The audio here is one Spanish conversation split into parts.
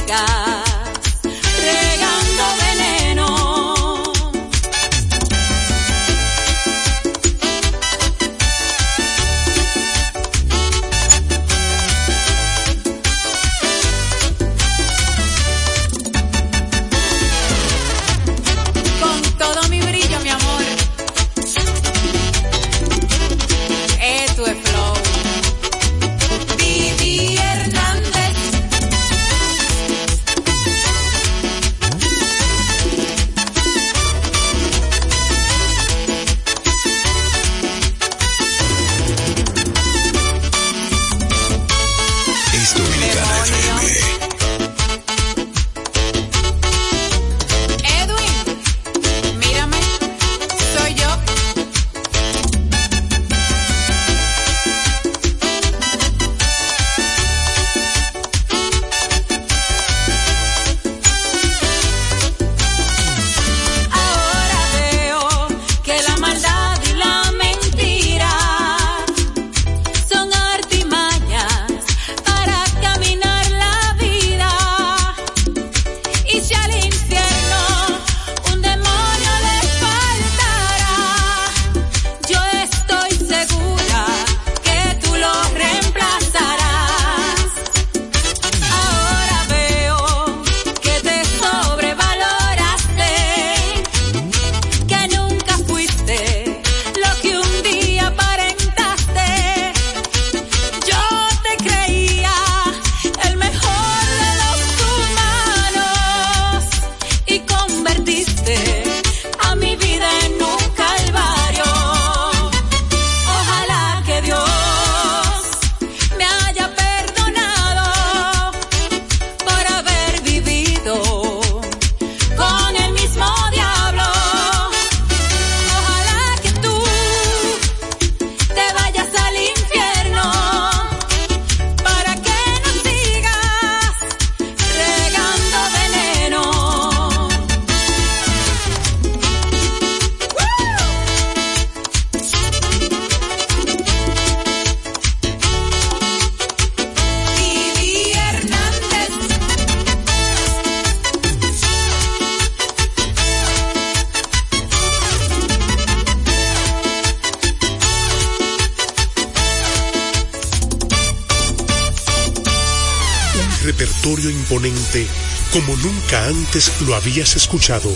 repertorio imponente como nunca antes lo habías escuchado.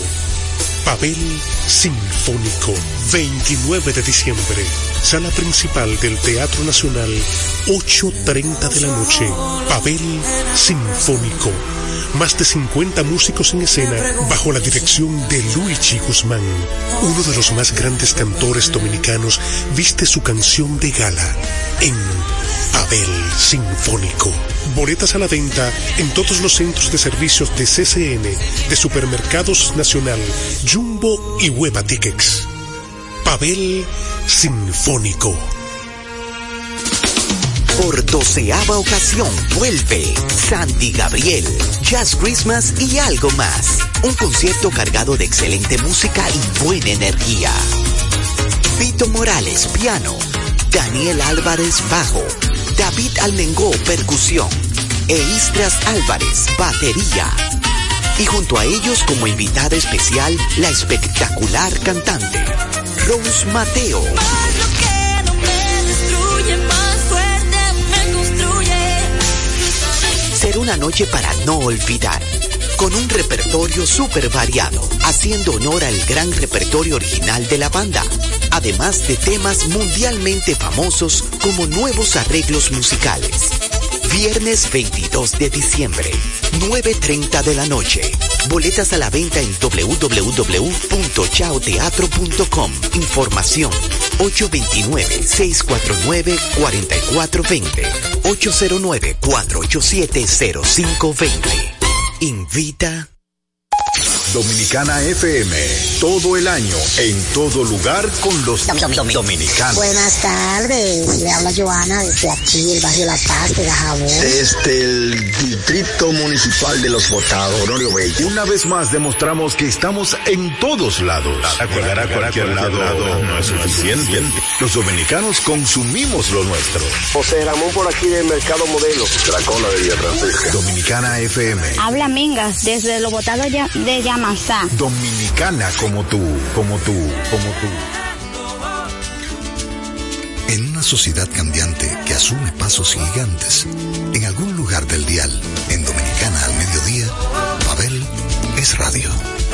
Pavel Sinfónico, 29 de diciembre, sala principal del Teatro Nacional, 8:30 de la noche. Pavel Sinfónico, más de 50 músicos en escena bajo la dirección de Luigi Guzmán. Uno de los más grandes cantores dominicanos viste su canción de gala en Pavel Sinfónico. Boletas a la venta en todos los centros de servicios de CCN, de Supermercados Nacional, Jumbo y Hueva Tickets. Pavel Sinfónico. Por 12ª ocasión vuelve Sandy Gabriel, Jazz Christmas y algo más. Un concierto cargado de excelente música y buena energía. Vito Morales, piano. Daniel Álvarez, bajo. David Almengó, percusión. E Istras Álvarez, batería. Y junto a ellos como invitada especial, la espectacular cantante Rose Mateo. Será una noche para no olvidar, con un repertorio súper variado, haciendo honor al gran repertorio original de la banda, además de temas mundialmente famosos como nuevos arreglos musicales. Viernes 22 de diciembre, 9:30 de la noche. Boletas a la venta en www.chaoteatro.com. Información 829-649-4420. 809-487-0520. Invita Dominicana FM, todo el año, en todo lugar con los dominicanos. Buenas tardes, le habla Joana desde aquí, el barrio La Paz de Dajabón. Desde el Distrito Municipal de Los Botados, Honorio Bello. Una vez más demostramos que estamos en todos lados. Llegar a cualquier lado no es suficiente. Los dominicanos consumimos lo nuestro. José Ramón por aquí del Mercado Modelo. Dracola de Villa Francisca. Dominicana FM. Habla Mingas desde Los Botados de Yamasá. Dominicana como tú. En una sociedad cambiante que asume pasos gigantes, en algún lugar del dial, en Dominicana al mediodía, Pavel es radio.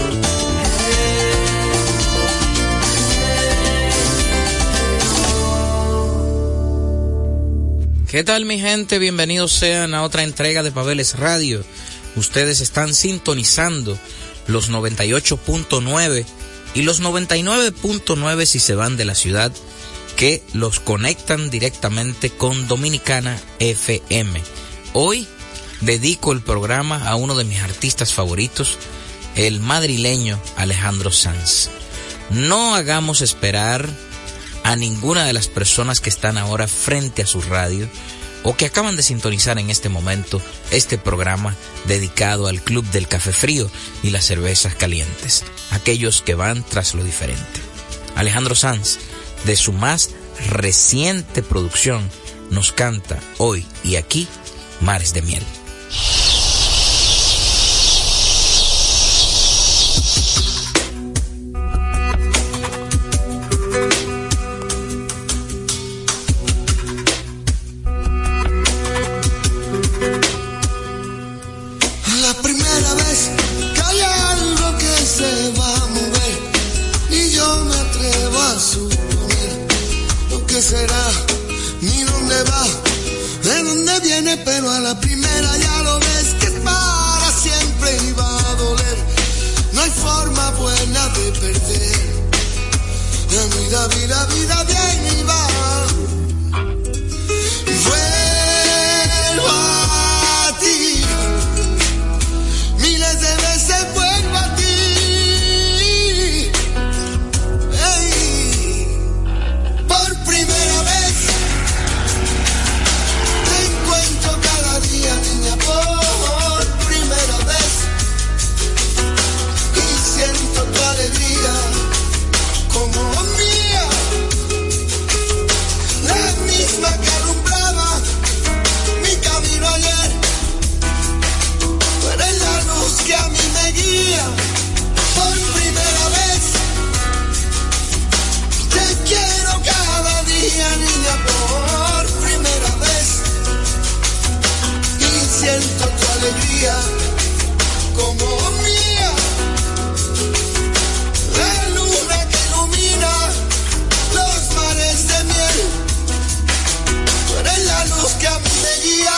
¿Qué tal, mi gente? Bienvenidos sean a otra entrega de Paveles Radio. Ustedes están sintonizando los 98.9 y los 99.9 si se van de la ciudad, que los conectan directamente con Dominicana FM. Hoy dedico el programa a uno de mis artistas favoritos, el madrileño Alejandro Sanz. No hagamos esperar a ninguna de las personas que están ahora frente a su radio o que acaban de sintonizar en este momento este programa dedicado al Club del Café Frío y las cervezas calientes, aquellos que van tras lo diferente. Alejandro Sanz, de su más reciente producción, nos canta hoy y aquí Mares de Miel. Pero a la primera ya lo ves que es para siempre y va a doler. No hay forma buena de perder. La vida viene y va. Vuelvo a ti. Miles de veces vuelvo a ti. Hey. Por primera vez niña, por primera vez, y siento tu alegría como mía, la misma que alumbraba mi camino ayer. Tú eres la luz que a mí me guía. Por primera vez te quiero cada día, niña, por primera vez. Siento tu alegría como mía, la luna que ilumina los mares de miel. Tú eres la luz que a mí me guía.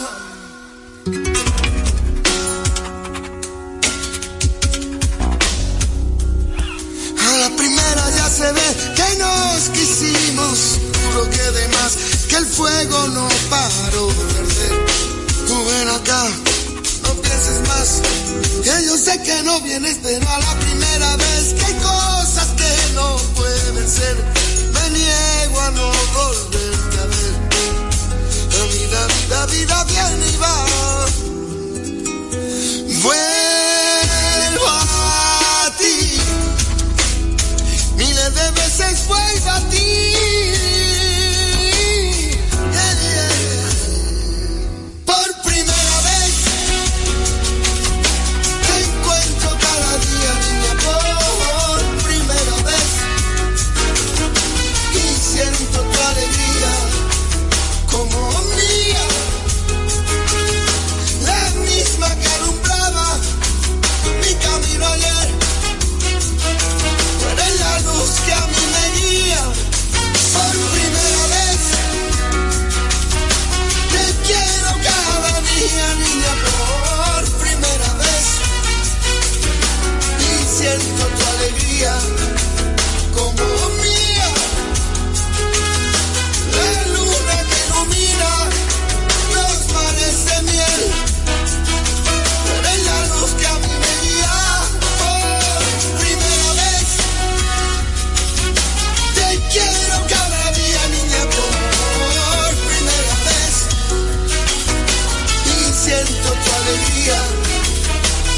A la primera ya se ve que nos quisimos, juro que de más, que el fuego no paró de arder. Tú ven acá, no pienses más, que yo sé que no vienes, pero a la primera vez que hay cosas que no pueden ser, me niego a no volverte a ver. La vida viene y va. Vuelvo a ti, miles de veces vuelvo a ti. Siento tu alegría como mía,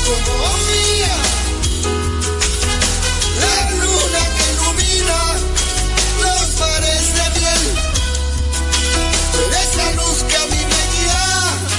como mía. La luna que ilumina los mares de miel, tú eres la luz que a mí me guía.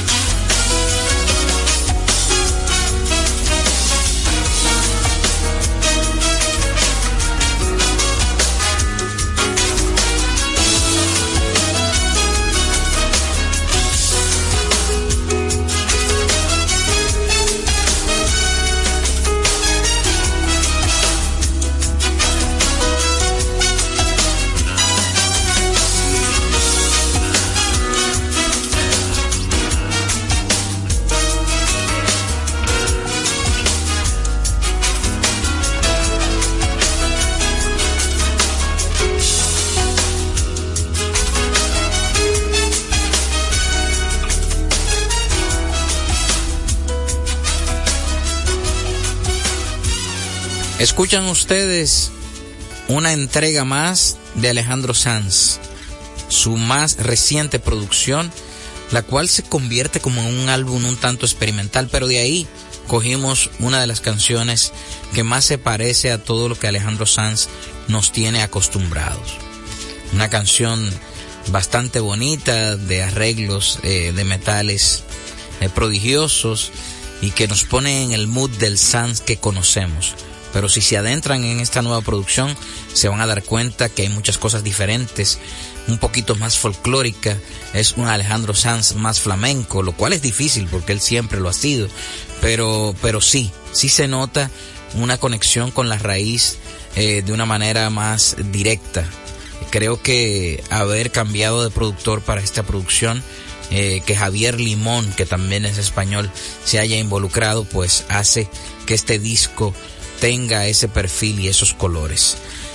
Escuchan ustedes una entrega más de Alejandro Sanz, su más reciente producción, la cual se convierte como en un álbum un tanto experimental, pero de ahí cogimos una de las canciones que más se parece a todo lo que Alejandro Sanz nos tiene acostumbrados. Una canción bastante bonita, de arreglos de metales prodigiosos y que nos pone en el mood del Sanz que conocemos. Pero si se adentran en esta nueva producción, se van a dar cuenta que hay muchas cosas diferentes, un poquito más folclórica, es un Alejandro Sanz más flamenco, lo cual es difícil porque él siempre lo ha sido, pero sí se nota una conexión con la raíz de una manera más directa. Creo que haber cambiado de productor para esta producción, que Javier Limón, que también es español, se haya involucrado, pues hace que este disco tenga ese perfil y esos colores.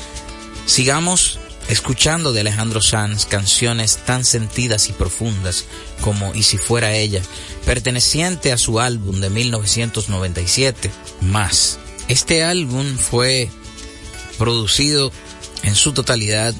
Sigamos escuchando de Alejandro Sanz canciones tan sentidas y profundas como Y si fuera ella, perteneciente a su álbum de 1997, Más. Este álbum fue producido en su totalidad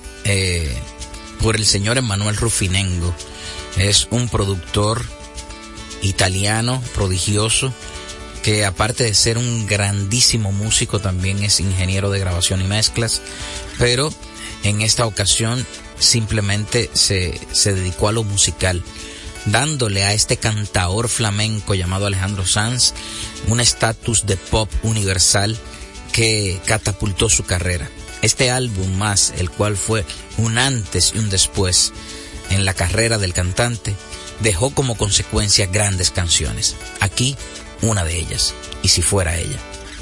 por el señor Emanuel Rufinengo. Es un productor italiano prodigioso, que aparte de ser un grandísimo músico, también es ingeniero de grabación y mezclas, pero en esta ocasión simplemente se dedicó a lo musical, dándole a este cantaor flamenco llamado Alejandro Sanz un estatus de pop universal que catapultó su carrera. Este álbum Más, el cual fue un antes y un después en la carrera del cantante, dejó como consecuencia grandes canciones. Aquí una de ellas, Y si fuera ella.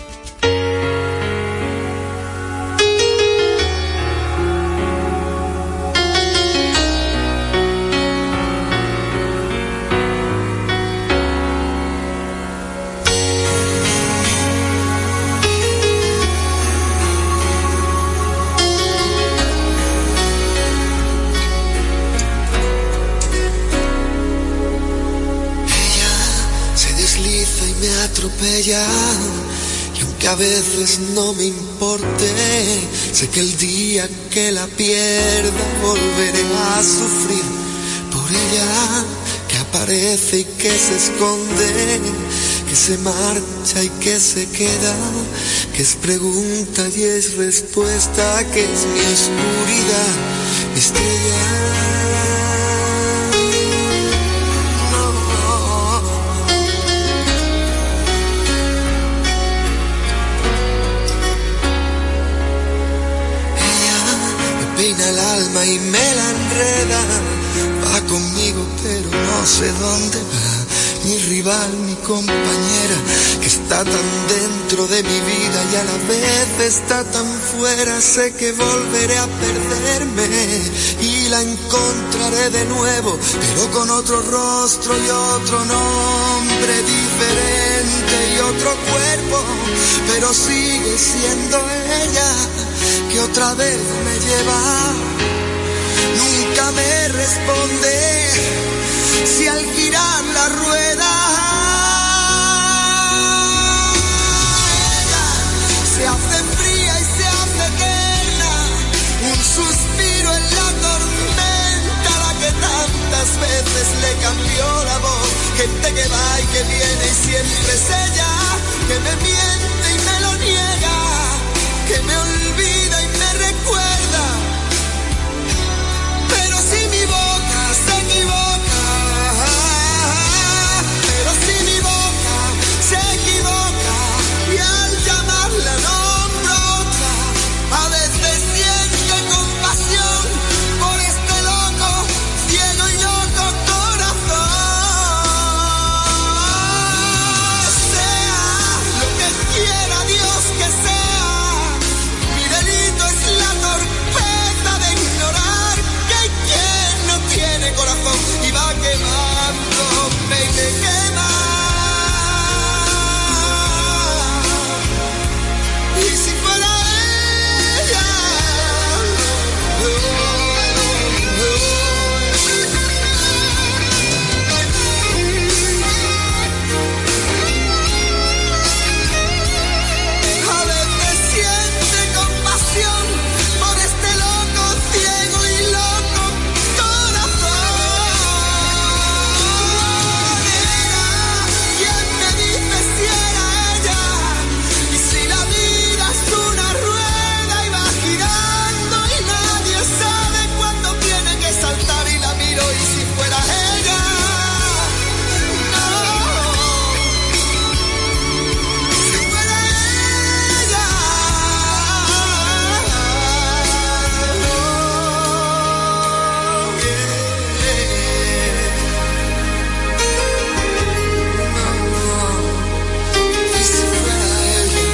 Y aunque a veces no me importe, sé que el día que la pierda volveré a sufrir por ella, que aparece y que se esconde, que se marcha y que se queda, que es pregunta y es respuesta, que es mi oscuridad, mi estrella. El alma y me la enreda, va conmigo pero no sé dónde va, mi rival, mi compañera, que está tan dentro de mi vida y a la vez está tan fuera. Sé que volveré a perderme y la encontraré de nuevo, pero con otro rostro y otro nombre diferente y otro cuerpo, pero sigue siendo ella que otra vez me lleva. Nunca me responde si al girar la rueda ella se hace fría y se hace eterna, un suspiro en la tormenta, la que tantas veces le cambió la voz, gente que va y que viene y siempre es ella, me quema. Y si fuera ella, a veces siente compasión por este loco, ciego y loco corazón. ¿Quién me dice si era ella? Y si la vida es una rueda y va girando y nadie sabe cuándo tiene que saltar, y la miro y si fuera ella, no. Si fuera ella, y si fuera ella,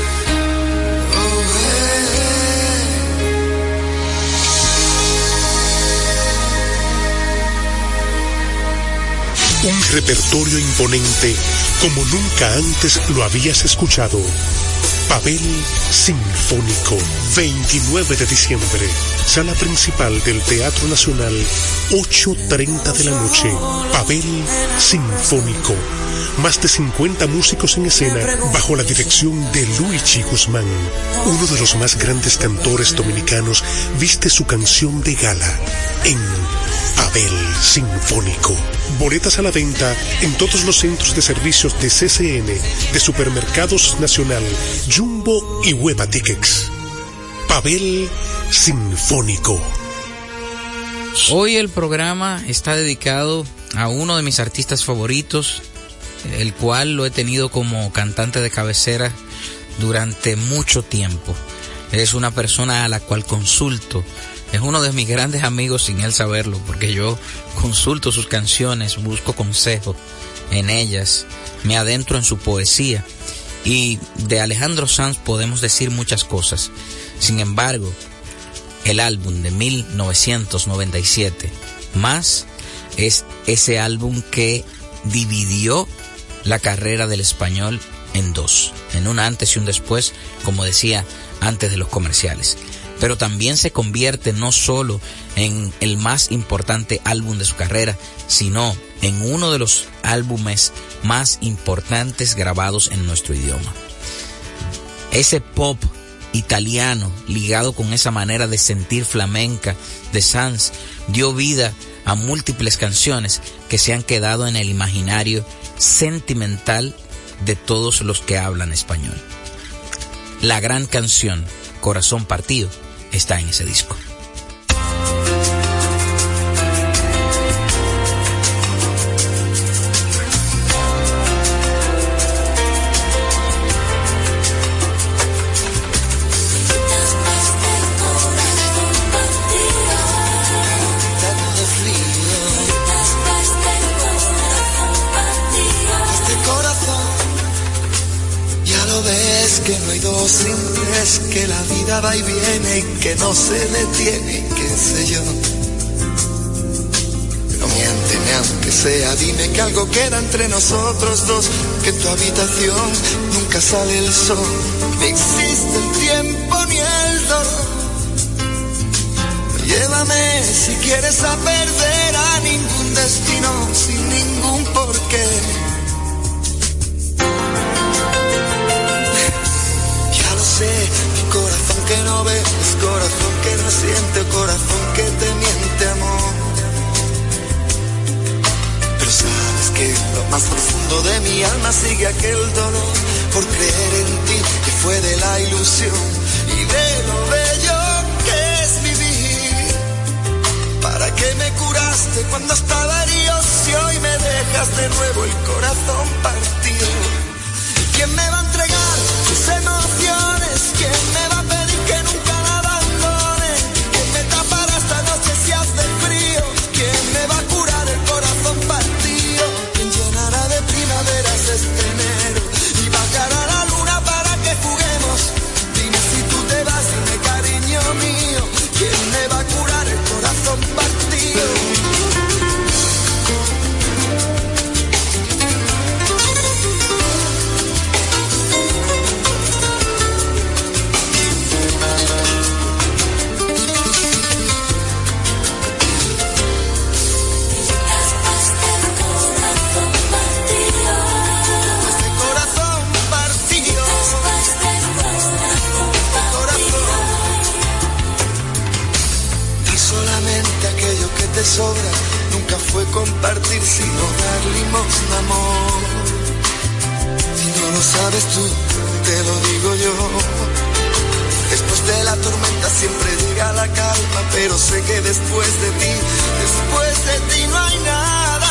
Un repertorio imponente como nunca antes lo habías escuchado. Pavel Sinfónico, 29 de diciembre, sala principal del Teatro Nacional, 8:30 de la noche. Pavel Sinfónico, más de 50 músicos en escena bajo la dirección de Luigi Guzmán. Uno de los más grandes cantores dominicanos viste su canción de gala en Pavel Sinfónico. Boletas a la venta en todos los centros de servicios de CCN, de Supermercados Nacional, Jumbo y Hueva Tickets. Pavel Sinfónico. Hoy el programa está dedicado a uno de mis artistas favoritos, el cual lo he tenido como cantante de cabecera durante mucho tiempo. Es una persona a la cual consulto. Es uno de mis grandes amigos sin él saberlo, porque yo consulto sus canciones, busco consejo en ellas, me adentro en su poesía. Y de Alejandro Sanz podemos decir muchas cosas. Sin embargo, el álbum de 1997, Más, es ese álbum que dividió la carrera del español en dos, en un antes y un después, como decía antes de los comerciales. Pero también se convierte no solo en el más importante álbum de su carrera, sino en uno de los álbumes más importantes grabados en nuestro idioma. Ese pop italiano ligado con esa manera de sentir flamenca de Sanz dio vida a múltiples canciones que se han quedado en el imaginario sentimental de todos los que hablan español. La gran canción Corazón Partido está en ese disco. Que no hay dos sin tres, que la vida va y viene y que no se detiene, qué sé yo. Pero miénteme aunque sea, dime que algo queda entre nosotros dos, que en tu habitación nunca sale el sol, ni existe el tiempo ni el dolor. Llévame si quieres a perder a ningún destino, sin ningún porqué. Mi corazón que no ves, corazón que no siente, corazón que te miente, amor. Pero sabes que lo más profundo de mi alma sigue aquel dolor por creer en ti, que fue de la ilusión y de lo bello que es vivir. ¿Para qué me curaste cuando estaba herido si hoy me dejas de nuevo el corazón partido? ¿Quién me va a entregar sus emociones? ¿Quién me va a pedir que nunca la abandone? ¿Quién me tapará esta noche si hace frío? ¿Quién me va a curar el corazón partido? ¿Quién llenará de primaveras este enero y bajará la luna para que juguemos? Dime si tú te vas, dime cariño mío, ¿quién me va a curar el corazón partido? compartir sino dar limosna, amor. Si no lo sabes tú, te lo digo yo. Después de la tormenta siempre llega la calma, pero sé que después de ti no hay nada.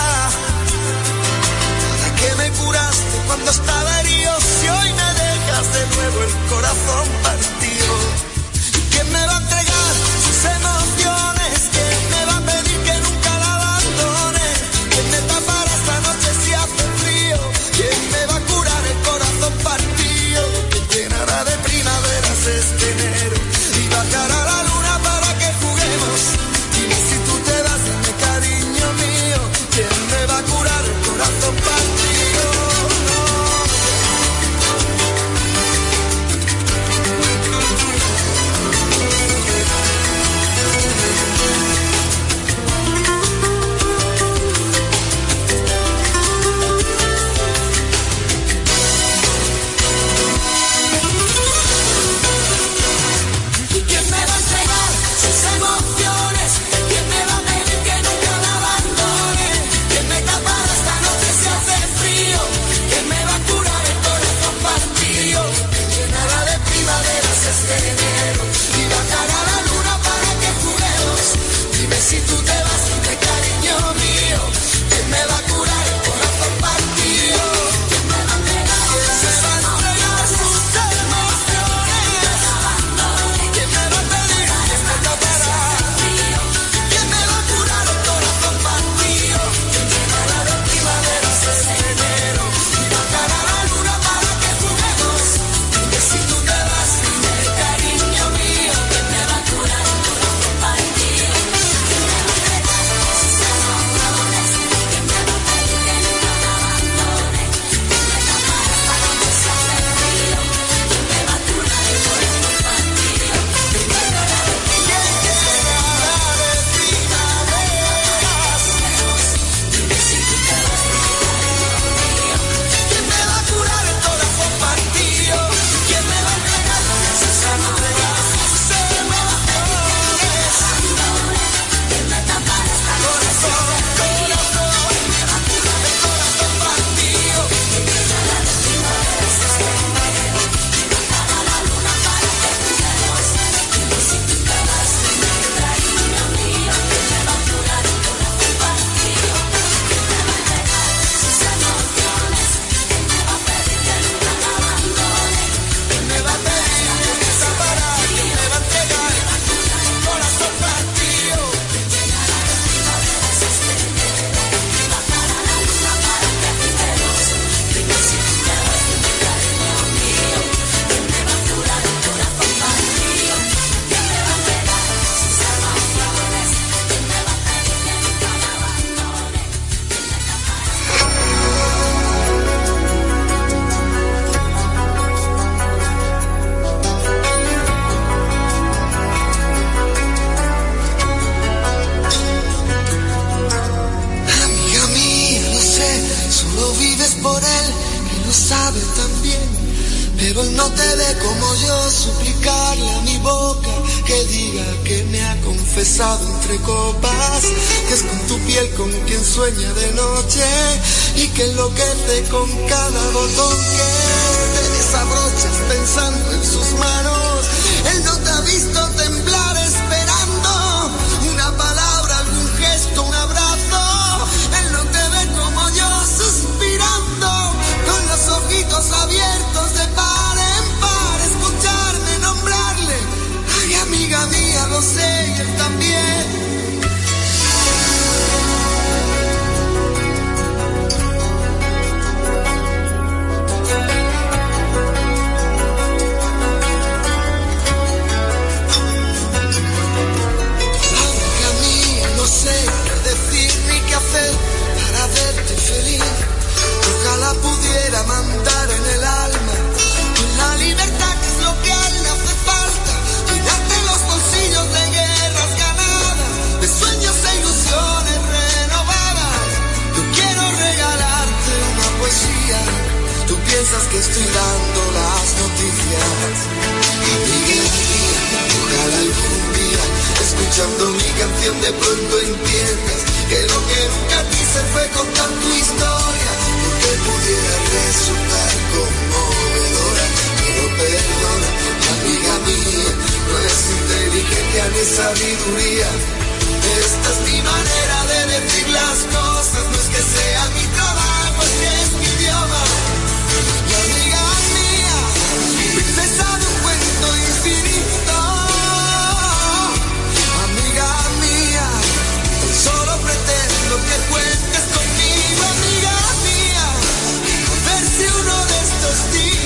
Nada que me curaste cuando estaba herido, si hoy me dejas de nuevo el corazón partido. ¿Quién me va a entregar sus emociones? ¿Quién me va a pedir que nunca la abandone? ¿Quién me tapará esta noche si hace frío? ¿Quién me va a curar el corazón partido? ¿Quién llenará de primaveras este enero y bajará la luna para que juguemos? Dime si tú te vas, dime cariño mío, ¿quién me va a curar el corazón partido? Si tú te vas, dime cariño mío, ¿quién me va a curar el corazón partido? ¿Quién me va a entregar sus emociones? ¿Quién me va a pedir que me tapará? ¿Quién me va a curar el corazón partido? ¿Quién llenará de primaveras este enero y bajará la luna para que juguemos? Dime si tú te vas, dime cariño mío, ¿quién me va a curar el corazón partido? Entre copas, que es con tu piel con quien sueña de noche y que enloquece con cada botón que te desabrochas pensando en sus manos. Él no te ha visto temblar esperando una palabra, algún gesto, un abrazo. Él no te ve como yo suspirando con los ojitos abiertos de par en par, escucharme nombrarle. Ay, amiga mía, lo sé y él también. Amiga mía, no sé qué decir ni qué hacer para verte feliz. Ojalá pudiera mandar en el alma la libertad, que es lo que a él le hace falta. Llenarte los bolsillos de guerras ganadas, de sueños e ilusiones renovadas. Yo quiero regalarte una poesía. Tú piensas que estoy dando las noticias. Amiga mía, ojalá algún día, escuchando mi canción, de pronto entiendas que lo que nunca quise fue contar tu historia, porque pudiera resultar conmovedora. Pero perdona, amiga mía, no es inteligencia ni sabiduría. Esta es mi manera de decir las cosas, no es que sea mi trabajo, es que es mi idioma. Y amiga mía, princesa de un cuento infinito. Amiga mía, tan solo pretendo que cuentes conmigo, amiga mía. A ver si uno de estos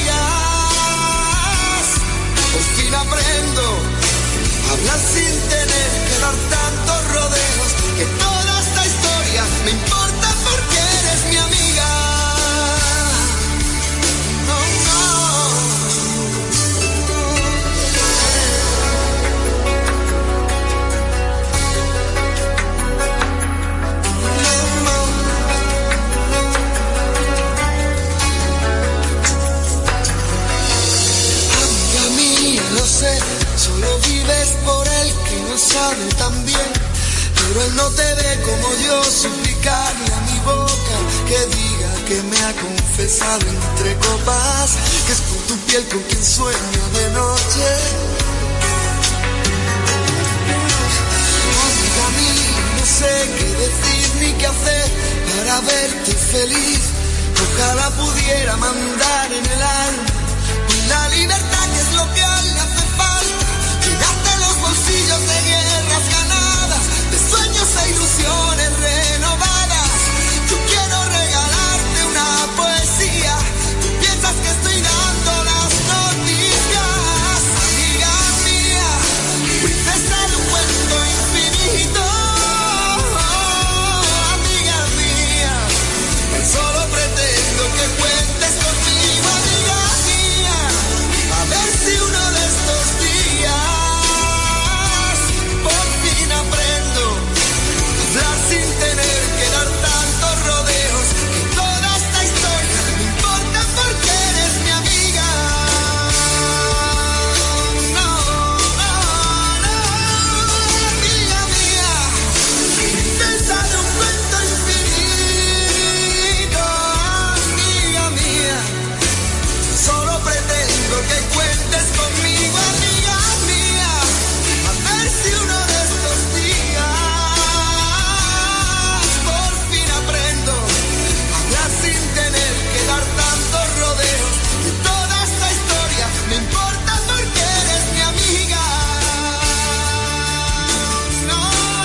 días por fin aprendo a hablar sin tener que dar tantos rodeos, que toda esta historia me importa porque eres mi amiga. No, no. Amiga mía, lo sé, solo vives por él que no sabe tan bien, pero él no te ve como yo, suplicarle a mi boca que diga que me ha confesado entre copas, que es por tu piel con quien sueño de noche. Amiga mía, no sé qué decir ni qué hacer para verte feliz, ojalá pudiera mandar en el alma la libertad, que es lo que a él le hace falta, llenarte los bolsillos de guerras ganadas, de sueños e ilusiones renovadas. Yo quiero regalarte una poesía, tú piensas que estoy dando las noticias. Amiga mía, princesa de un cuento infinito. Amiga mía, tan solo pretendo que cuentes conmigo, amiga mía. A ver si uno de estos días por fin aprendo a hablar sin tener que dar tantos rodeos, que toda esta historia me importa porque eres mi amiga. No, no, no, amiga mía, princesa de un cuento infinito. Amiga mía, solo pretendo que cuentes conmigo, amiga mía. A ver si uno de estos días por fin aprendo a hablar sin tener que dar tantos rodeos, que toda esta historia me importa porque eres mi amiga. No,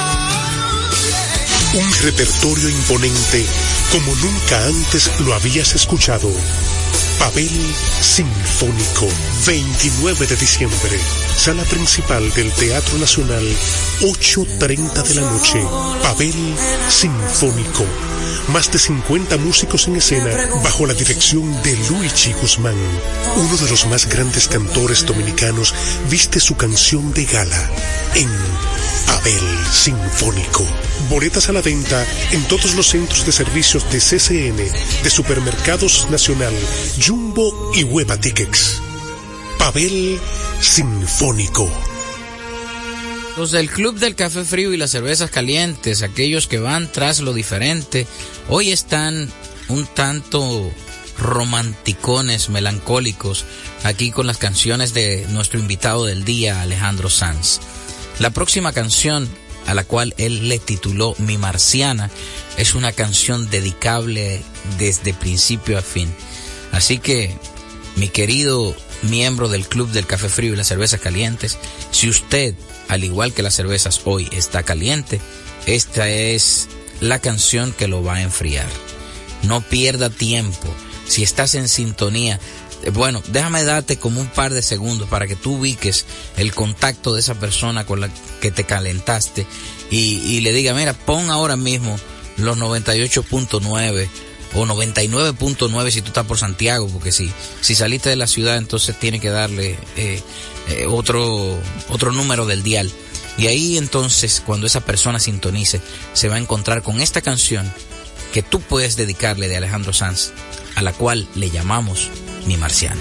yeah. Un repertorio imponente como nunca antes lo habías escuchado. Pavel Sinfónico, 29 de diciembre, sala principal del Teatro Nacional, 8:30 de la noche. Pavel Sinfónico, más de 50 músicos en escena bajo la dirección de Luigi Guzmán. Uno de los más grandes cantores dominicanos viste su canción de gala en Pavel Sinfónico. Boletas a la venta en todos los centros de servicios de CCN, de Supermercados Nacional, Jumbo y Hueva Tickets. Pavel Sinfónico. Los del Club del Café Frío y las Cervezas Calientes, aquellos que van tras lo diferente, hoy están un tanto romanticones, melancólicos, aquí con las canciones de nuestro invitado del día, Alejandro Sanz. La próxima canción, a la cual él le tituló Mi Marciana, es una canción dedicable desde principio a fin. Así que, mi querido miembro del Club del Café Frío y las Cervezas Calientes, si usted, al igual que las cervezas, hoy está caliente, esta es la canción que lo va a enfriar. No pierda tiempo. Si estás en sintonía, bueno, déjame darte como un par de segundos para que tú ubiques el contacto de esa persona con la que te calentaste y le diga, mira, pon ahora mismo los 98.9 o 99.9 si tú estás por Santiago, porque si saliste de la ciudad, entonces tiene que darle otro número del dial. Y ahí entonces, cuando esa persona sintonice, se va a encontrar con esta canción que tú puedes dedicarle de Alejandro Sanz, a la cual le llamamos Mi Marciana.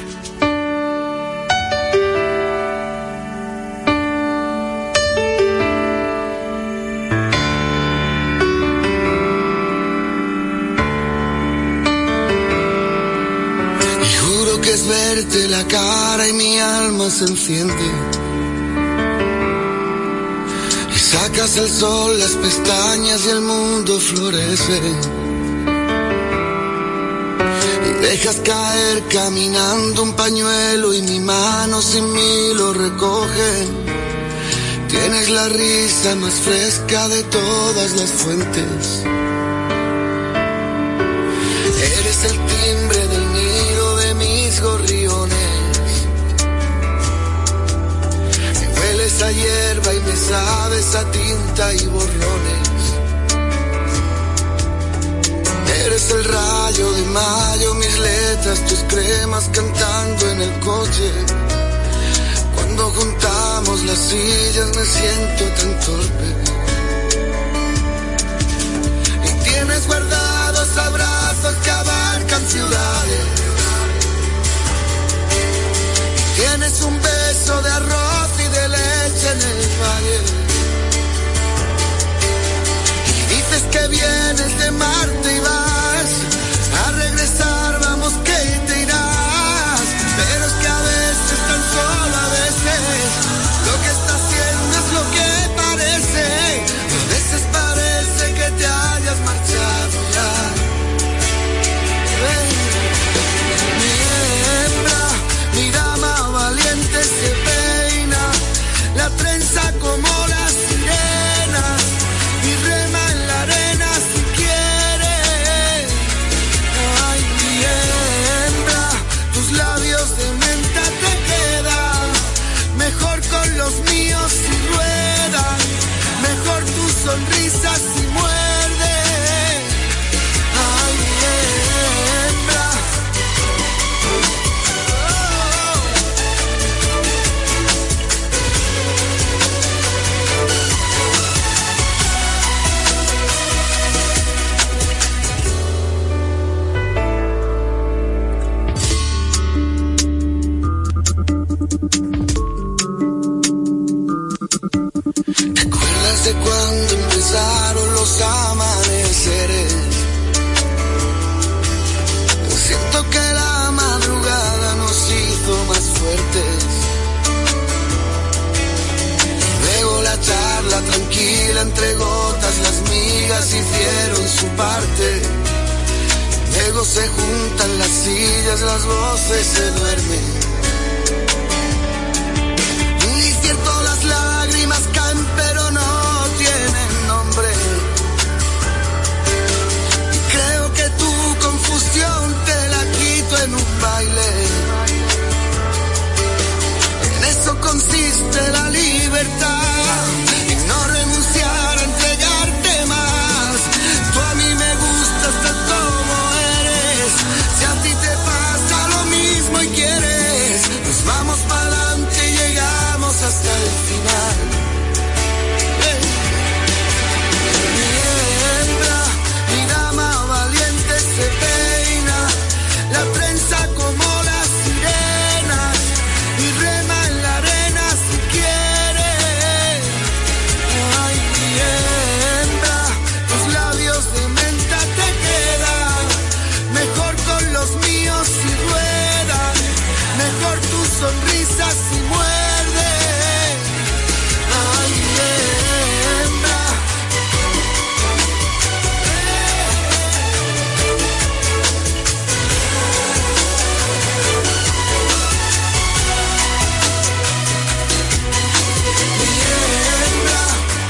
verte la cara y mi alma se enciende. Y sacas el sol, las pestañas y el mundo florece. Y dejas caer caminando un pañuelo y mi mano sin mí lo recoge. Tienes la risa más fresca de todas las fuentes. Eres el timbre del nido de mis gorriones. Me hueles a hierba y me sabes a tinta y borrones. Eres el rayo de mayo, mis letras, tus cremas cantando en el coche. Cuando juntamos las sillas me siento tan torpe. Y tienes guardados abrazos que abarcan ciudades. Y tienes un beso de arroz y de leche en el valle. Y dices que vienes de Marte y vas a regresar, vamos que te irás. Pero es que a veces, tan solo a veces, lo que está haciendo es lo que parece. A veces parece que te hayas marchado ya. Mi hembra, mi dama valiente se peina, la trenza como las sirenas, y rema en la arena si quiere. Ay, mi hembra, tus labios de menta te quedan mejor con los míos si ruedan, mejor tu sonrisa si muerde. Ay, mi hembra. ¿Te acuerdas de cuando empezaron los amaneceres? Siento que la madrugada nos hizo más fuertes. Luego la charla tranquila entre gotas, las migas hicieron su parte. Luego se juntan las sillas, las voces se duermen. Y cierto, las lágrimas caen pero no tienen nombre. Y creo que tu confusión te la quito en un baile. En eso consiste la libertad, en no renunciar a entregarte más. Tú a mí me gustas tal como eres. Si a ti te pasa lo mismo y quieres, nos vamos para adelante y llegamos hasta el final. Mi hembra, mi dama valiente se peina, la trenza como las sirenas, y rema en la arena si quiere. Ay, mi hembra, tus labios de menta te quedan mejor con los míos si ruedan, mejor tu sonrisa si muerde. Ay, mi hembra. Mi hembra.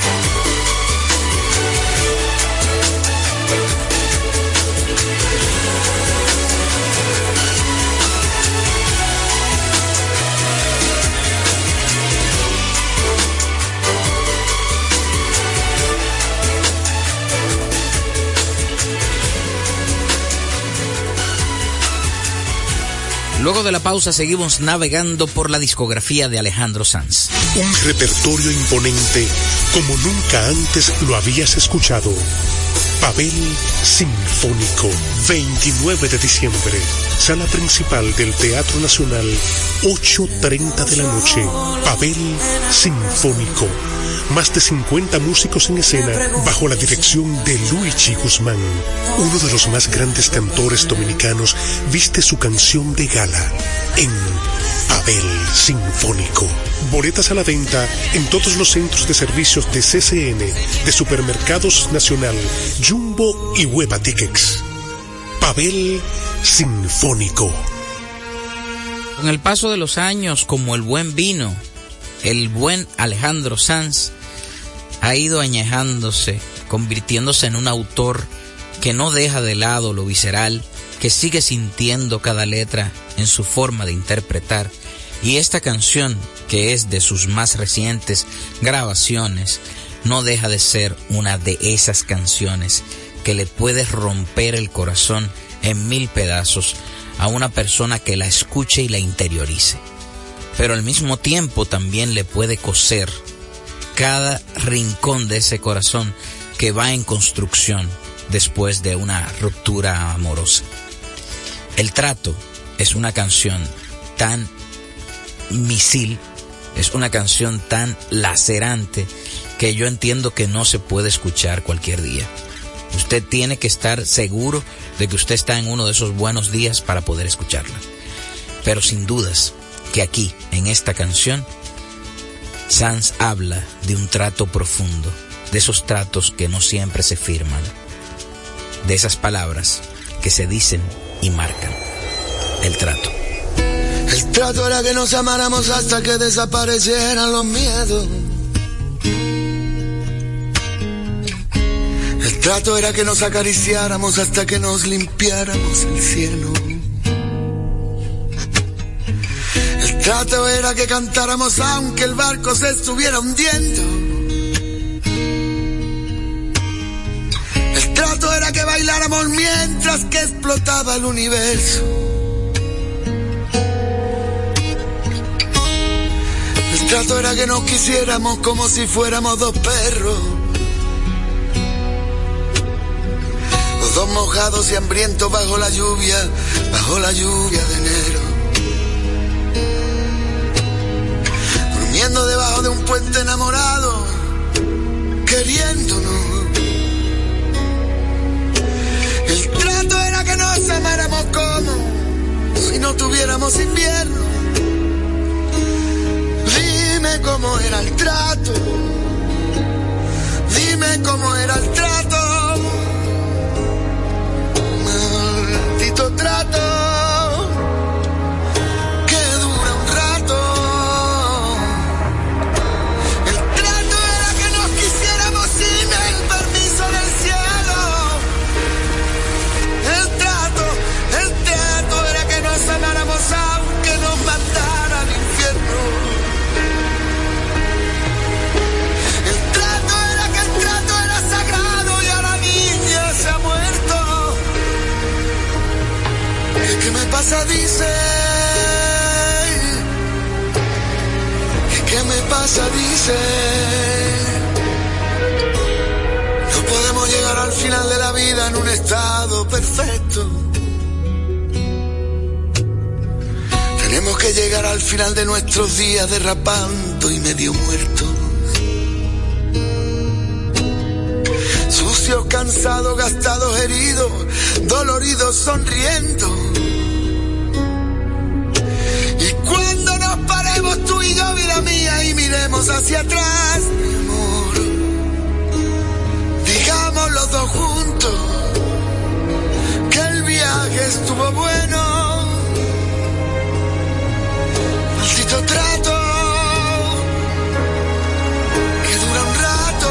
Luego de la pausa seguimos navegando por la discografía de Alejandro Sanz. Un repertorio imponente como nunca antes lo habías escuchado. Pavel Sinfónico, 29 de diciembre. sala principal del Teatro Nacional, 8:30 de la noche, Pavel Sinfónico. Más de 50 músicos en escena bajo la dirección de Luigi Guzmán. Uno de los más grandes cantores dominicanos viste su canción de gala en Pavel Sinfónico. Boletas a la venta en todos los centros de servicios de CCN, de Supermercados Nacional, Jumbo y Hueva Tickets. Pavel Sinfónico. Con el paso de los años, como el buen vino, el buen Alejandro Sanz ha ido añejándose, convirtiéndose en un autor que no deja de lado lo visceral, que sigue sintiendo cada letra en su forma de interpretar. Y esta canción, que es de sus más recientes grabaciones, no deja de ser una de esas canciones que le puede romper el corazón en 1000 pedazos a una persona que la escuche y la interiorice. Pero al mismo tiempo también le puede coser cada rincón de ese corazón que va en construcción después de una ruptura amorosa. El Trato es una canción tan misil, es una canción tan lacerante que yo entiendo que no se puede escuchar cualquier día. Usted tiene que estar seguro de que usted está en uno de esos buenos días para poder escucharla. Pero sin dudas que aquí, en esta canción, Sanz habla de un trato profundo, de esos tratos que no siempre se firman, de esas palabras que se dicen y marcan. El trato. El trato era que nos amáramos hasta que desaparecieran los miedos. El trato era que nos acariciáramos hasta que nos limpiáramos el cielo. El trato era que cantáramos aunque el barco se estuviera hundiendo. El trato era que bailáramos mientras que explotaba el universo. El trato era que nos quisiéramos como si fuéramos dos perros, los dos mojados y hambrientos bajo la lluvia de enero, durmiendo debajo de un puente enamorado, queriéndonos. El trato era que nos amáramos como si no tuviéramos invierno. Dime cómo era el trato, dime cómo era el trato, maldito trato que dura un rato. El trato era que nos quisiéramos sin el permiso del cielo. El trato era que nos amáramos aunque nos mandara al infierno. ¿Qué me pasa? Dice. ¿Qué me pasa? Dice. No podemos llegar al final de la vida en un estado perfecto. Tenemos que llegar al final de nuestros días derrapando y medio muertos. Sucios, cansados, gastados, heridos, doloridos, sonriendo. Y cuando nos paremos tú y yo, vida mía, y miremos hacia atrás, mi amor, digamos los dos juntos que el viaje estuvo bueno. Maldito trato que dura un rato.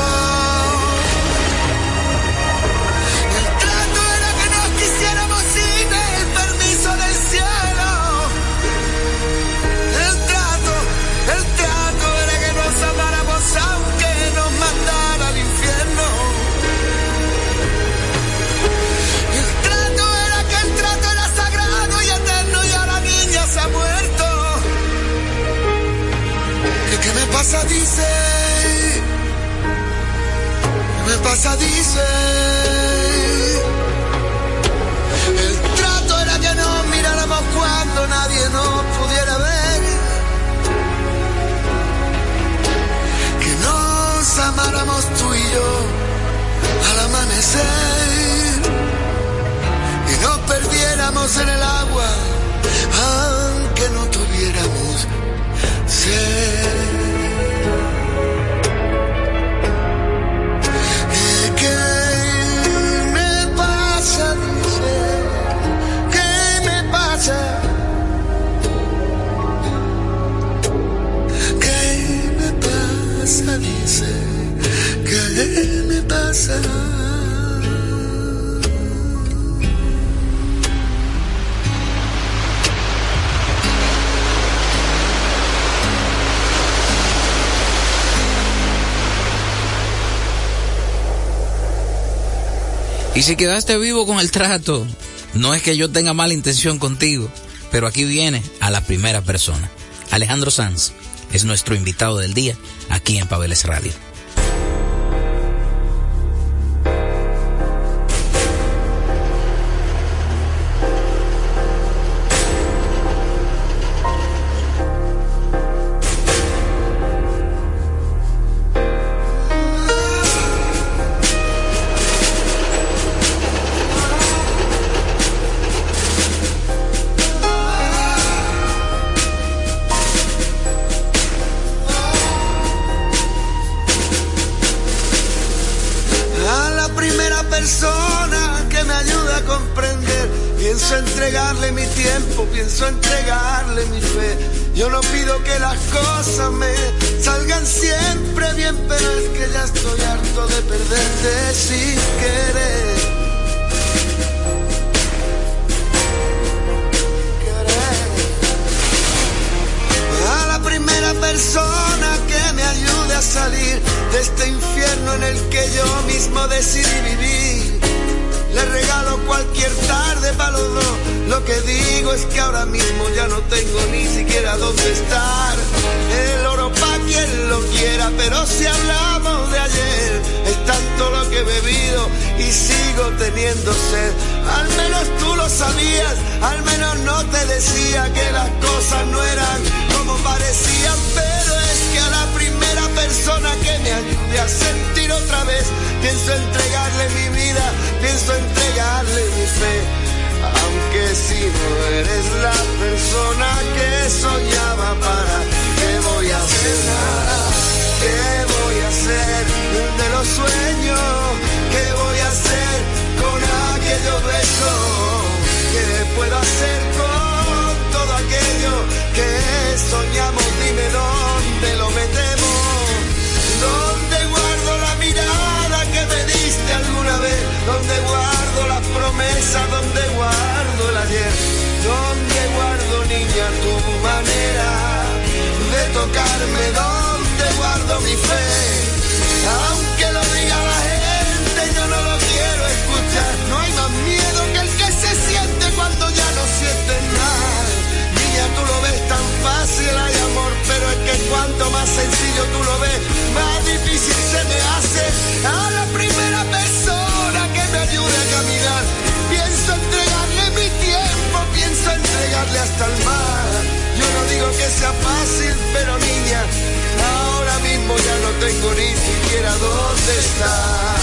Aunque nos mandara al infierno. El trato era que el trato era sagrado y eterno y ahora la niña se ha muerto. ¿Qué me pasa? Dice. ¿Qué me pasa? Dice. El trato era que nos mirara será. Y si quedaste vivo con el trato, no es que yo tenga mala intención contigo, pero aquí viene a la primera persona. Alejandro Sanz es nuestro invitado del día aquí en Pabeles Radio. Pienso entregarle mi fe. Yo no pido que las cosas me salgan siempre bien, pero es que ya estoy harto de perderte sin querer. A la primera persona que me ayude a salir de este infierno en el que yo mismo decidí vivir, le regalo cualquier tarde para los dos. Lo que digo es que ahora mismo ya no tengo ni siquiera dónde estar. El oro pa' quien lo quiera, pero si hablamos de ayer, es tanto lo que he bebido y sigo teniendo sed. Al menos tú lo sabías, al menos no te decía que las cosas no eran como parecían. Pero es que a la primera persona que me ayude a sentir otra vez, pienso entregarle mi vida, pienso entregarle mi fe. Aunque si no eres la persona que soñaba, ¿para qué voy a hacer nada? ¿Qué voy a hacer de los sueños? ¿Qué voy a hacer con aquellos besos? ¿Qué puedo hacer con todo aquello que soñamos? Dime dónde lo metemos. ¿Dónde guardo la mirada que me diste alguna vez? ¿Dónde guardo las promesas? ¿Dónde guardo el ayer? ¿Dónde guardo, niña, tu manera de tocarme? ¿Dónde guardo mi fe? Aunque lo diga la gente, yo no lo quiero escuchar. No hay más miedo que el que se siente cuando ya no sientes nada. Niña, tú lo ves tan fácil, hay amor, pero es que cuanto más sencillo tú lo ves, más difícil se me hace. A la primera persona que me ayude a caminar, pienso entregarle mi tiempo, pienso entregarle hasta el mar. Yo no digo que sea fácil, pero niña, ahora mismo ya no tengo ni siquiera dónde estar.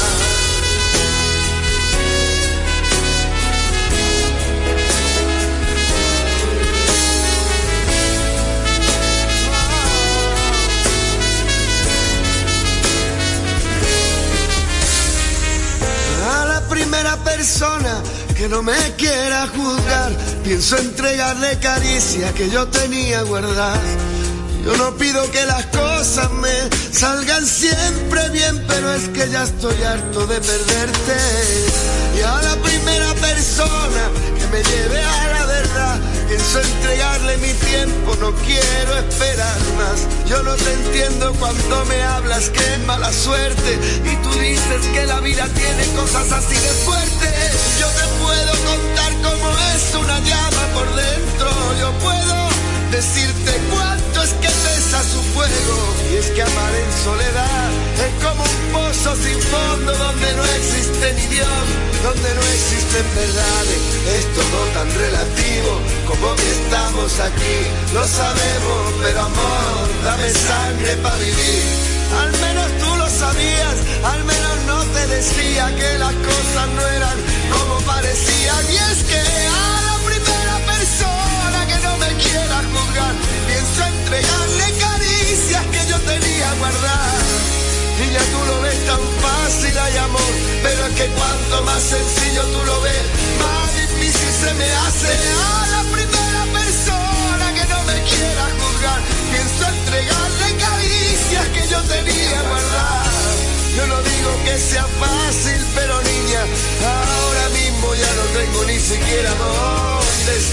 A la primera persona que no me quiera juzgar, pienso entregarle caricia que yo tenía guardadas. Yo no pido que las cosas me salgan siempre bien, pero es que ya estoy harto de perderte. Y a la primera persona que me lleve a la verdad, pienso entregarle mi tiempo, no quiero esperar más. Yo no te entiendo cuando me hablas que es mala suerte y tú dices que la vida tiene cosas así de fuertes. Yo te puedo contar cómo es una llama por dentro, yo puedo decirte cuánto es que pesa su fuego. Y es que amar en soledad es como un pozo sin fondo donde no existe ni Dios, donde no existen verdades. Es todo tan relativo como que estamos aquí. Lo sabemos, pero amor, dame sangre para vivir. Al menos tú lo sabías, al menos no te decía que las cosas no eran como parecían. Y es que a la primera persona que no me quiera juzgar, pienso entregarle caricias que yo tenía guardadas. Y ya tú lo ves tan fácil, hay amor, pero es que cuanto más sencillo tú lo ves, más difícil se me hace. A la primera persona que no me quiera juzgar, pienso entregarle caricias que yo tenía guardadas. Yo no digo que sea fácil,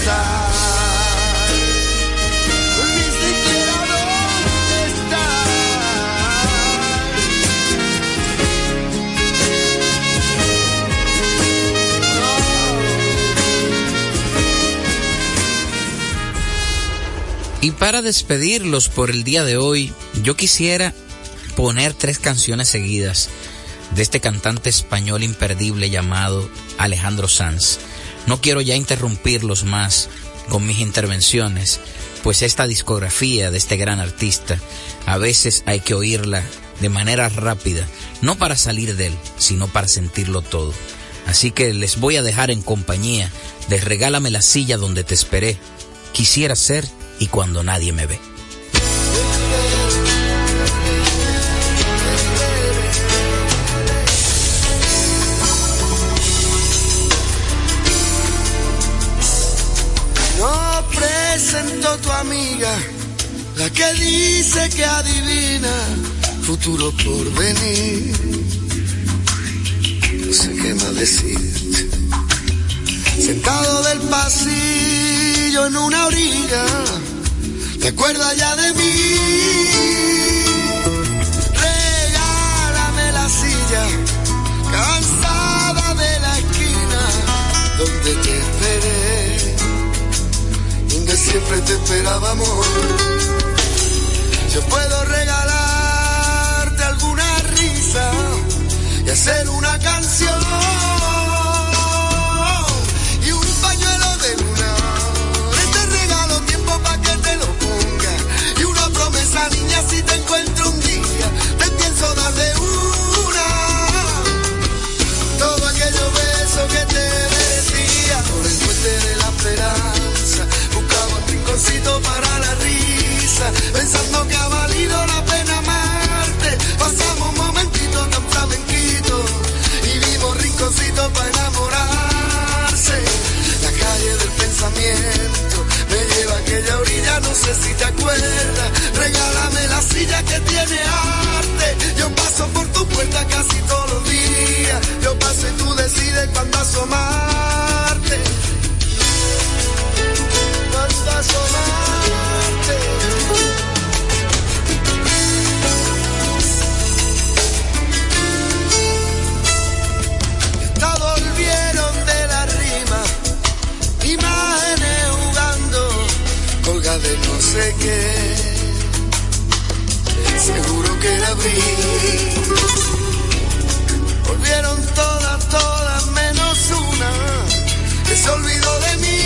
estar. Y para despedirlos por el día de hoy, yo quisiera poner 3 canciones seguidas de este cantante español imperdible llamado Alejandro Sanz. No quiero ya interrumpirlos más con mis intervenciones, pues esta discografía de este gran artista a veces hay que oírla de manera rápida, no para salir de él, sino para sentirlo todo. Así que les voy a dejar en compañía de Regálame la silla donde te esperé, Quisiera ser y Cuando nadie me ve. No presento tu amiga, la que dice que adivina futuro por venir. No sé qué más decirte. Sentado del pasillo en una orilla, ¿te acuerdas ya de mí? Regálame la silla, cansada de la esquina donde te esperé, donde siempre te esperábamos. Yo puedo regalarte alguna risa y hacer una canción. Niña, si te encuentro un día, te pienso dar de una. Todo aquellos besos que te merecía. Por el puente de la esperanza, buscaba un rinconcito para la risa, pensando que ha valido la pena amarte. Pasamos un momentito tan flamenquito y vimos rinconcitos para enamorarse. La calle del pensamiento me lleva a aquella orilla, no sé si te acuerdas. Regálame la silla que tiene arte. Yo paso por tu puerta casi todos los días. Yo paso y tú decides cuándo asomarte. Cuándo asomarte. Ya volvieron de la rima, imágenes jugando, colga de no sé qué. Seguro que la abrí. Volvieron todas menos una que se olvidó de mí.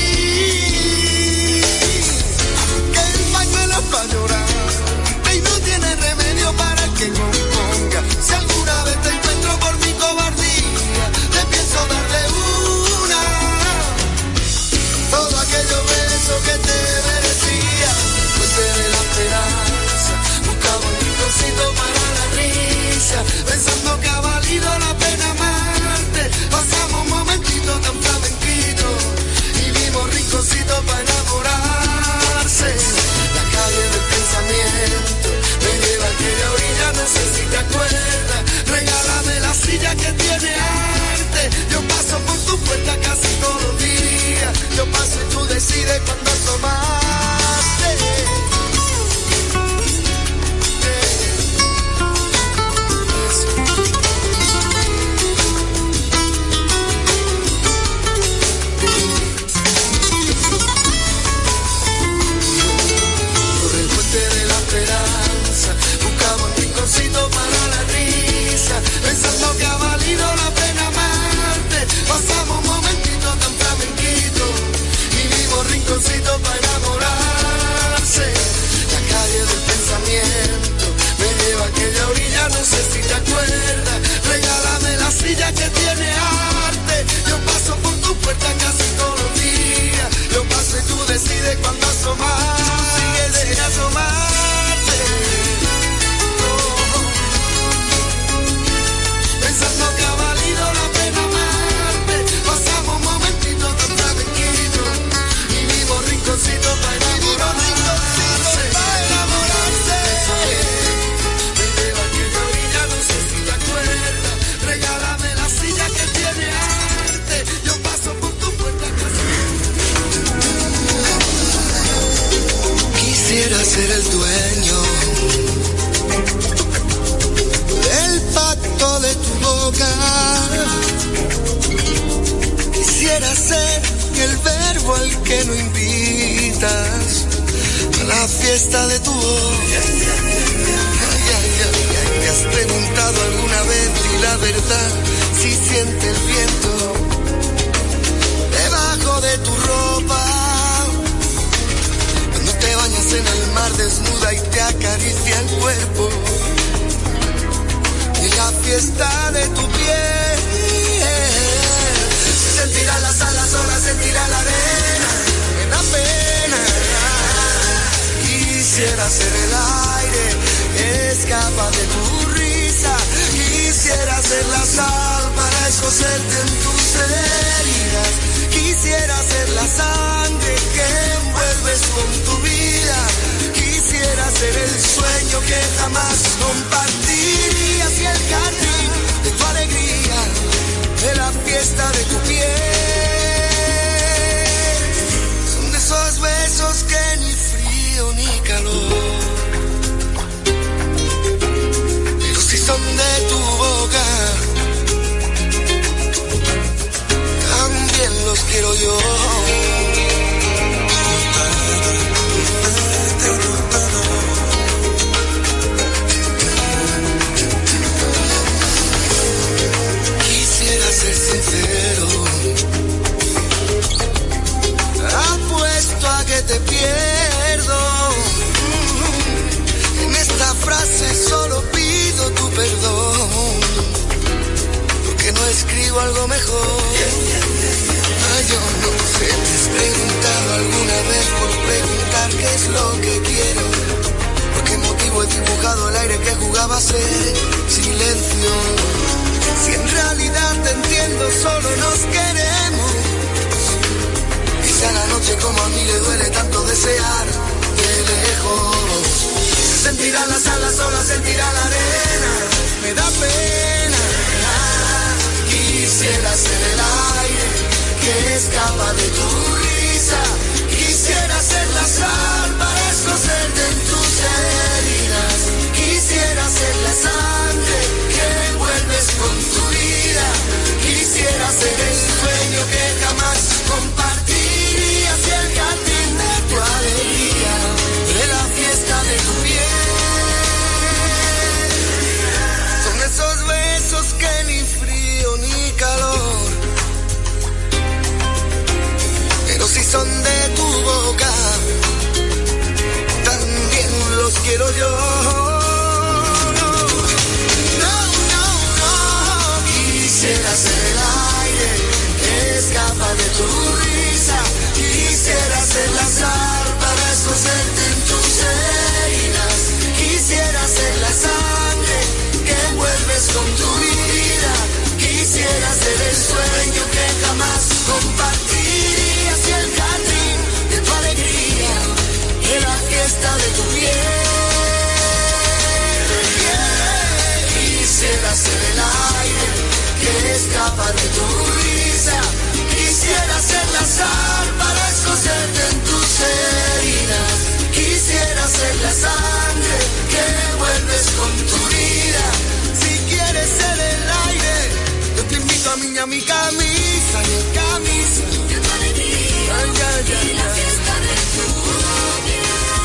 Que el pañuelo para llorar y no tiene remedio para el que componga. Si alguna vez te encuentro por mi cobardía, te pienso darle una. Todo aquellos besos que te merecía, pues de la esperanza, buscaba un rinconcito para la risa, pensando que ha valido la pena amarte. Pasamos un momentito tan flamenquito y vimos rinconcitos para enamorarse. La calle del pensamiento me lleva a aquella orilla, no sé si te acuerdas. Regálame la silla que tiene arte. Yo paso por tu puerta casi todos los días. Yo paso y tú decides cuándo asomarte. Para la risa, pensando que ha valido la pena amarte. Pasamos un momentito tan flamenquito y vimos rinconcitos para enamorar. Quisiera ser el dueño del pacto de tu boca. Quisiera ser el verbo al que no invitas a la fiesta de tu voz. ¿Te has preguntado alguna vez y la verdad si siente el viento debajo de tu ropa? Cuando te bañas en el mar desnuda y te acaricia el cuerpo y la fiesta de tu piel. Sentirá las alas solas, sentirá la arena, me da pena. Quisiera ser el aire que escapa de tu risa. Quisiera ser la sal para escocerte en tus heridas. Quisiera ser la sangre que envuelves con tu vida. Quisiera ser el sueño que jamás compartirías y el jardín de tu alegría, de la fiesta de tu piel. Son de esos besos que ni frío ni calor, pero si son de tu boca, también los quiero yo. Ser sincero, apuesto a que te pierdo. En esta frase solo pido tu perdón, porque no escribo algo mejor. Yo no sé, te has preguntado alguna vez por preguntar qué es lo que quiero, por qué motivo he dibujado el aire que jugaba a ser silencio. Si en realidad te entiendo, solo nos queremos. Quizá la noche como a mí le duele tanto desear de lejos. Sentirá las alas solas, sentirá la arena, me da pena. Quisiera ser el aire que escapa de tu risa. Quisiera ser la sal para escocerte en tus heridas. Quisiera ser la sangre que envuelves con tu vida. Quisiera ser el sueño que jamás compartirías y el jardín de tu alegría, de la fiesta de tu piel. Son esos besos que ni frío ni calor, pero si son de tu boca, también los quiero yo. Quisiera ser el aire que escapa de tu risa. Quisiera ser la sal para escocerte en tus heridas. Quisiera ser la sangre que envuelves con tu vida. Quisiera ser el sueño que jamás compartirías y el jardín de tu alegría, de la fiesta de tu piel. Quisiera ser el aire que escapa de tu risa. Quisiera ser la sal para escocerte en tus heridas. Quisiera ser la sangre que envuelves con tu vida. Si quieres ser el aire, yo te invito a mi camisa, mi camisa, de tu alegría, y la fiesta de tu vida.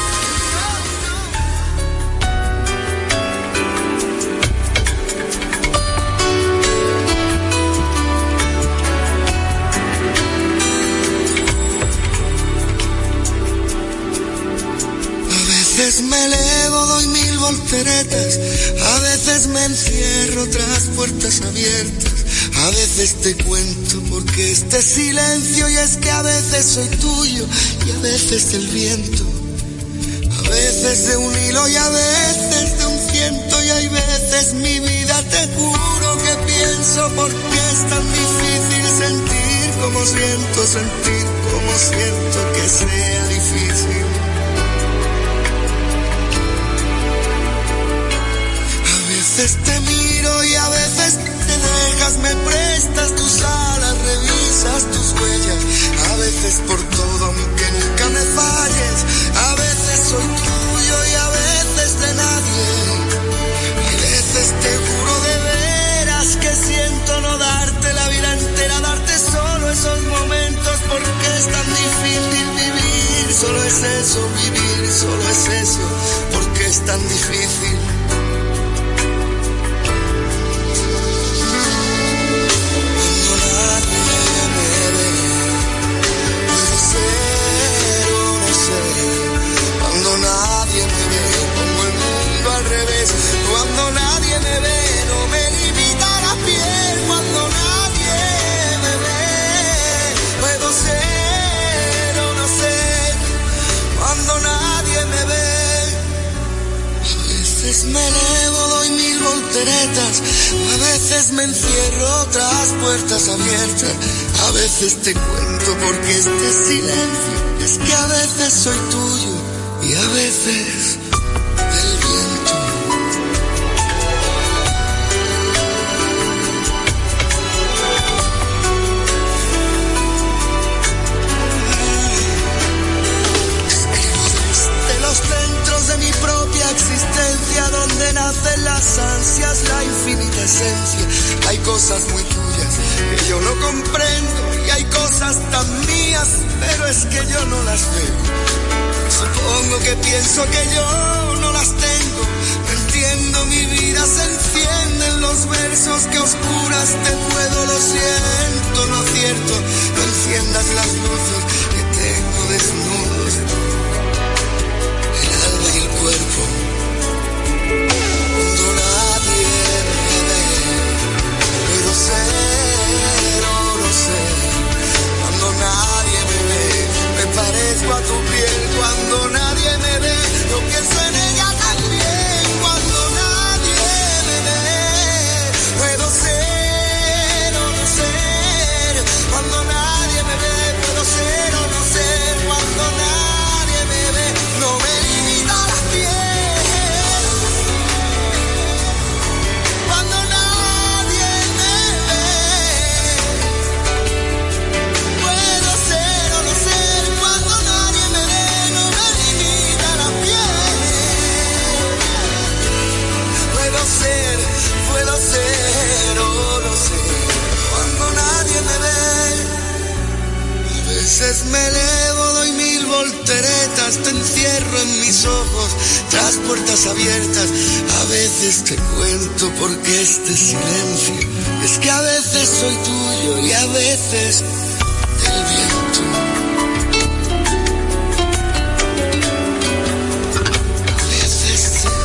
A veces me elevo, doy 1000 volteretas, a veces me encierro tras puertas abiertas, a veces te cuento porque este silencio, y es que a veces soy tuyo y a veces del viento, a veces de un hilo y a veces de un ciento, y hay veces mi vida te juro que pienso porque es tan difícil sentir como siento, sentir como siento que sea difícil. A veces te miro y a veces te dejas, me prestas tus alas, revisas tus huellas, a veces por todo aunque nunca me falles, a veces soy tú eso, vivir solo es eso, porque es tan difícil. Cuando nadie me ve, no me limita la piel. Cuando nadie me ve, puedo ser o no ser. Cuando nadie me ve, a veces me elevo, doy 1000 volteretas. A veces me encierro tras puertas abiertas. A veces te cuento porque este silencio es que a veces soy tuyo y a veces del viento. Dentros de mi propia existencia, donde nacen las ansias, la infinita esencia. Hay cosas muy tuyas que yo no comprendo y hay cosas tan mías, pero es que yo no las veo. Supongo que pienso que yo no las tengo. No entiendo, mi vida se enciende en los versos que oscuras te puedo. Lo siento, no acierto, no enciendas las luces que tengo desnudos y el cuerpo. Cuando nadie me ve, puedo ser o no ser. Cuando nadie me ve, me parezco a tu piel. Cuando nadie me ve, yo pienso en ella también. Cuando nadie me ve, puedo ser o no ser. Cuando nadie me ve, puedo ser o no ser. Cuando nadie me ve, no me limita la piel. Cuando nadie me ve, puedo ser o no ser. Cuando nadie me ve, no me limita la piel. Puedo ser o no ser. Cuando nadie me ve, a veces me elevo, doy 1000 volteretas, te encierro en mis ojos, tras puertas abiertas. A veces te cuento porque este silencio es que a veces soy tuyo y a veces del viento. A veces del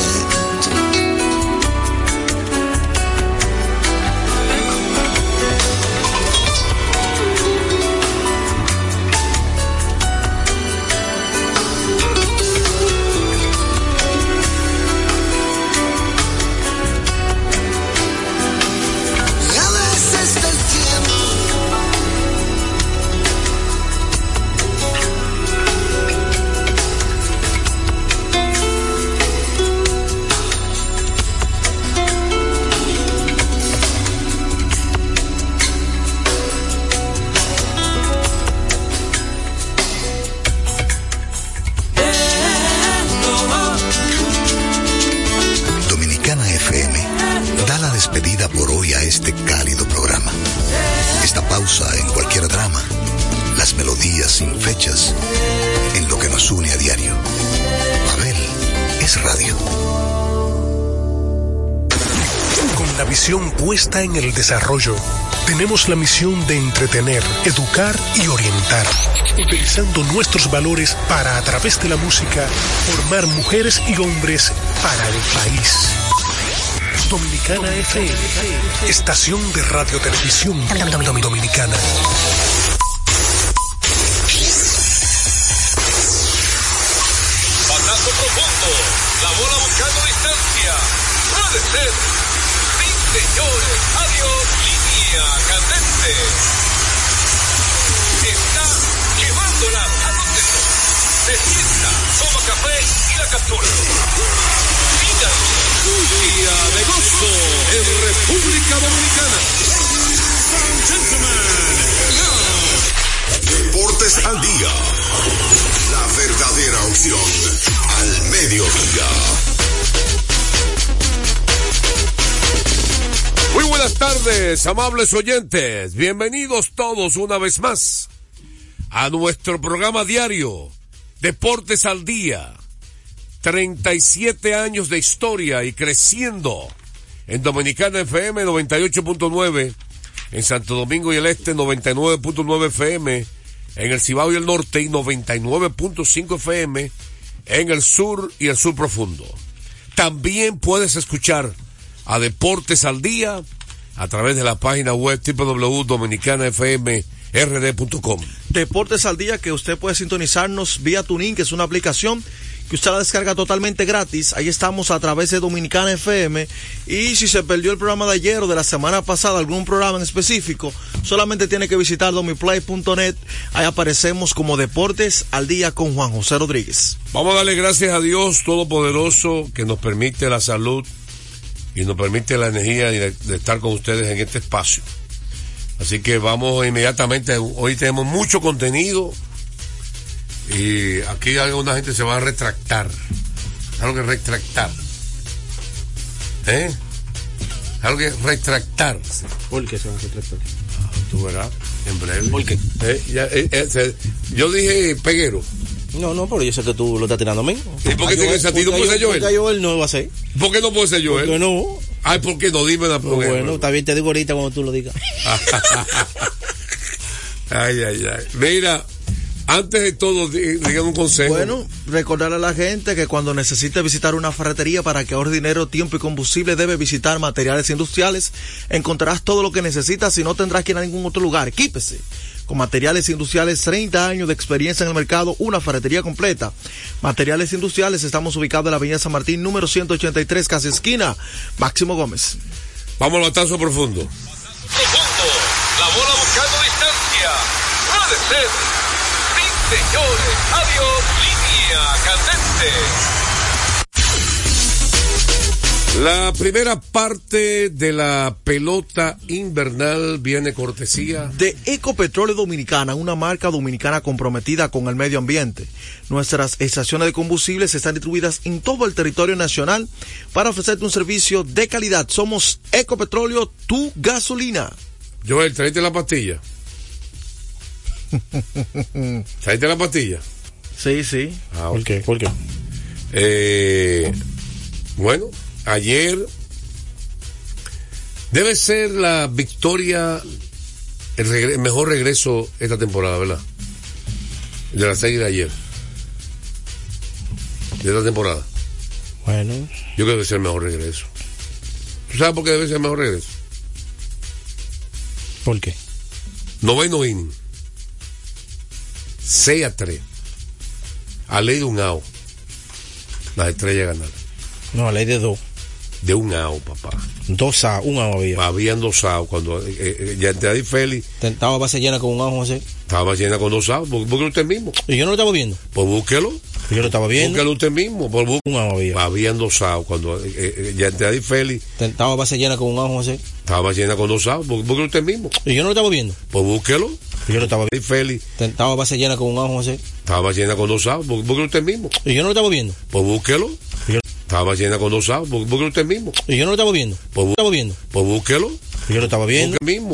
puesta en el desarrollo. Tenemos la misión de entretener, educar y orientar, utilizando nuestros valores para, a través de la música, formar mujeres y hombres para el país. Dominicana FM, estación de radio televisión dominicana. Batazo profundo, la bola buscando distancia. Puede ser. Señores, adiós, línea candente. Está llevándola a donde no. Se sienta, toma café y la captura. Mira, un día de gozo en República Dominicana. Deportes al día. La verdadera opción al mediodía. Muy buenas tardes, amables oyentes. Bienvenidos todos una vez más a nuestro programa diario Deportes al Día, 37 años de historia y creciendo. En Dominicana FM 98.9, en Santo Domingo y el Este 99.9 FM, en el Cibao y el Norte y 99.5 FM, en el Sur y el Sur Profundo. También puedes escuchar a Deportes al Día a través de la página web www.dominicanafmrd.com. Deportes al Día, que usted puede sintonizarnos vía TuneIn, que es una aplicación que usted la descarga totalmente gratis. Ahí estamos a través de Dominicana FM. Y si se perdió el programa de ayer o de la semana pasada, algún programa en específico, solamente tiene que visitar domiplay.net. Ahí aparecemos como Deportes al Día con Juan José Rodríguez. Vamos a darle gracias a Dios Todopoderoso, que nos permite la salud y nos permite la energía de estar con ustedes en este espacio. Así que vamos inmediatamente. Hoy tenemos mucho contenido y aquí alguna gente se va a retractar. Algo que retractar. Algo que retractarse. ¿Por qué se va a retractar? Tú verás, en breve. ¿Por qué? Yo dije peguero. No, pero yo sé que tú lo estás tirando a mí. ¿Y por qué tienes a ti? ¿No puede ser Joel? Porque Joel no lo va a hacer. ¿Por qué no puede ser Joel? ¿Por qué no? Ay, ¿por qué no? Dime la pregunta. Bueno, está bien, te digo ahorita cuando tú lo digas. Ay. Mira, antes de todo, digan un consejo. Bueno, recordar a la gente que cuando necesite visitar una ferretería para que ahorre dinero, tiempo y combustible, debe visitar Materiales Industriales. Encontrarás todo lo que necesitas y no tendrás que ir a ningún otro lugar. Equípese con Materiales Industriales, 30 años de experiencia en el mercado, una ferretería completa. Materiales Industriales, estamos ubicados en la avenida San Martín, número 183, casi esquina Máximo Gómez. Vamos al batazo profundo. La bola buscando distancia. Puede ser. Sí, señores. Adiós, línea candente. La primera parte de la pelota invernal viene cortesía de Ecopetróleo Dominicana, una marca dominicana comprometida con el medio ambiente. Nuestras estaciones de combustibles están distribuidas en todo el territorio nacional para ofrecerte un servicio de calidad. Somos Ecopetróleo, tu gasolina. Joel, ¿traíste la pastilla? ¿Traíste la pastilla? Sí. Okay. ¿Por qué? Bueno, ayer debe ser la victoria, el mejor regreso esta temporada, ¿verdad? De la serie de ayer. De esta temporada. Bueno. Yo creo que debe ser el mejor regreso. ¿Tú sabes por qué debe ser el mejor regreso? ¿Por qué? 9º inning. 6-3. A ley de un out. Las Estrellas ganaron. No, a ley de 2. De un out, papá. 2 outs, un out había. Habían 2 outs cuando ya Yanteadi Félix. Estaba base llena con un out, José. Estaba base llena con 2 outs. Búsquelo usted mismo. Y yo no lo estaba viendo. Pues búsquelo. Yo lo estaba viendo. Búsquelo usted mismo. Un out había. Habían 2 outs cuando ya Yanteadi Félix. Estaba base llena con un out, José. Estaba base llena con 2 outs. Búsquelo usted mismo. Y yo no lo estaba viendo. Pues búsquelo. Yo lo estaba viendo. Félix. Estaba base llena con un out, José. Estaba base llena con 2 outs. Búsquelo usted mismo. Y yo no lo estaba viendo. Pues búsquelo. Estaba llena con 2 outs. Búsquelo usted mismo. Y yo no lo estaba viendo. Pues búsquelo. Yo lo estaba viendo. Usted mismo.